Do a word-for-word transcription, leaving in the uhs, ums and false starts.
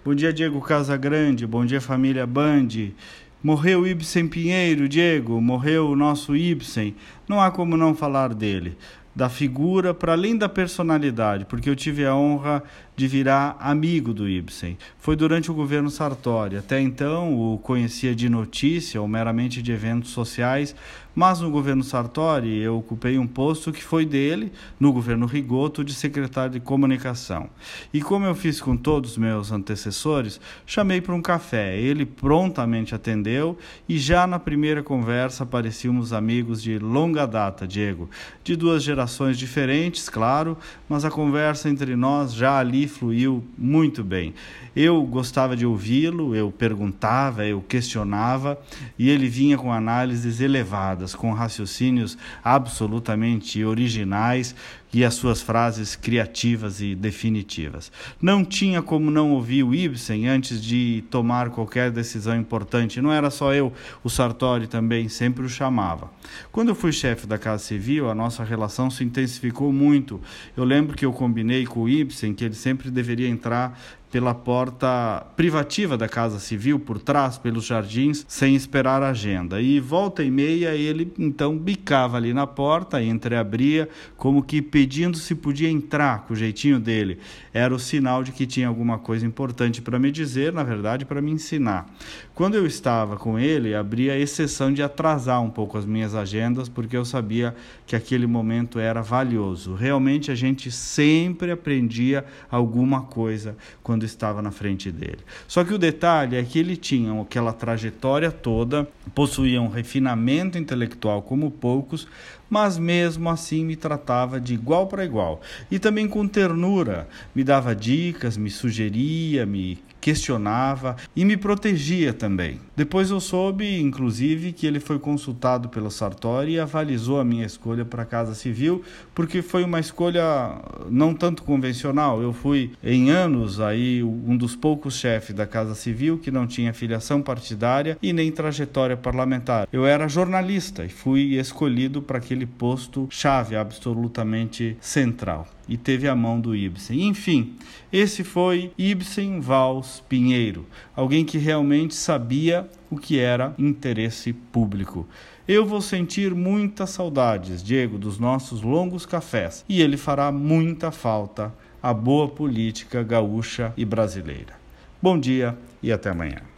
Bom dia, Diego Casagrande. Bom dia, família Band. Morreu Ibsen Pinheiro, Diego. Morreu o nosso Ibsen. Não há como não falar dele. Da figura para além da personalidade, porque eu tive a honra de virar amigo do Ibsen. Foi durante o governo Sartori. Até então o conhecia de notícia ou meramente de eventos sociais, mas no governo Sartori eu ocupei um posto que foi dele, no governo Rigoto, de secretário de comunicação. E como eu fiz com todos os meus antecessores, chamei para um café. Ele prontamente atendeu e já na primeira conversa parecíamos amigos de longa data, Diego, de duas gerações diferentes, claro, mas a conversa entre nós já ali fluiu muito bem. Eu gostava de ouvi-lo, eu perguntava, eu questionava e ele vinha com análises elevadas, com raciocínios absolutamente originais e as suas frases criativas e definitivas. Não tinha como não ouvir o Ibsen antes de tomar qualquer decisão importante. Não era só eu, o Sartori também sempre o chamava. Quando eu fui chefe da Casa Civil, a nossa relação se intensificou muito. Eu lembro que eu combinei com o Ibsen que ele sempre deveria entrar pela porta privativa da Casa Civil, por trás, pelos jardins, sem esperar a agenda. E volta e meia ele então bicava ali na porta, entreabria, como que pedindo se podia entrar, com o jeitinho dele. Era o sinal de que tinha alguma coisa importante para me dizer, na verdade, para me ensinar. Quando eu estava com ele, abria a exceção de atrasar um pouco as minhas agendas, porque eu sabia que aquele momento era valioso. Realmente a gente sempre aprendia alguma coisa quando estava na frente dele. Só que o detalhe é que ele tinha aquela trajetória toda, possuía um refinamento intelectual como poucos, mas mesmo assim me tratava de igual para igual. E também com ternura, me dava dicas, me sugeria, me questionava e me protegia também. Depois eu soube, inclusive, que ele foi consultado pelo Sartori e avalizou a minha escolha para a Casa Civil, porque foi uma escolha não tanto convencional. Eu fui, em anos, aí, um dos poucos chefes da Casa Civil que não tinha filiação partidária e nem trajetória parlamentar. Eu era jornalista e fui escolhido para aquele posto chave, absolutamente central. E teve a mão do Ibsen. Enfim, esse foi Ibsen Valls Pinheiro, alguém que realmente sabia o que era interesse público. Eu vou sentir muitas saudades, Diego, dos nossos longos cafés, e ele fará muita falta à boa política gaúcha e brasileira. Bom dia e até amanhã.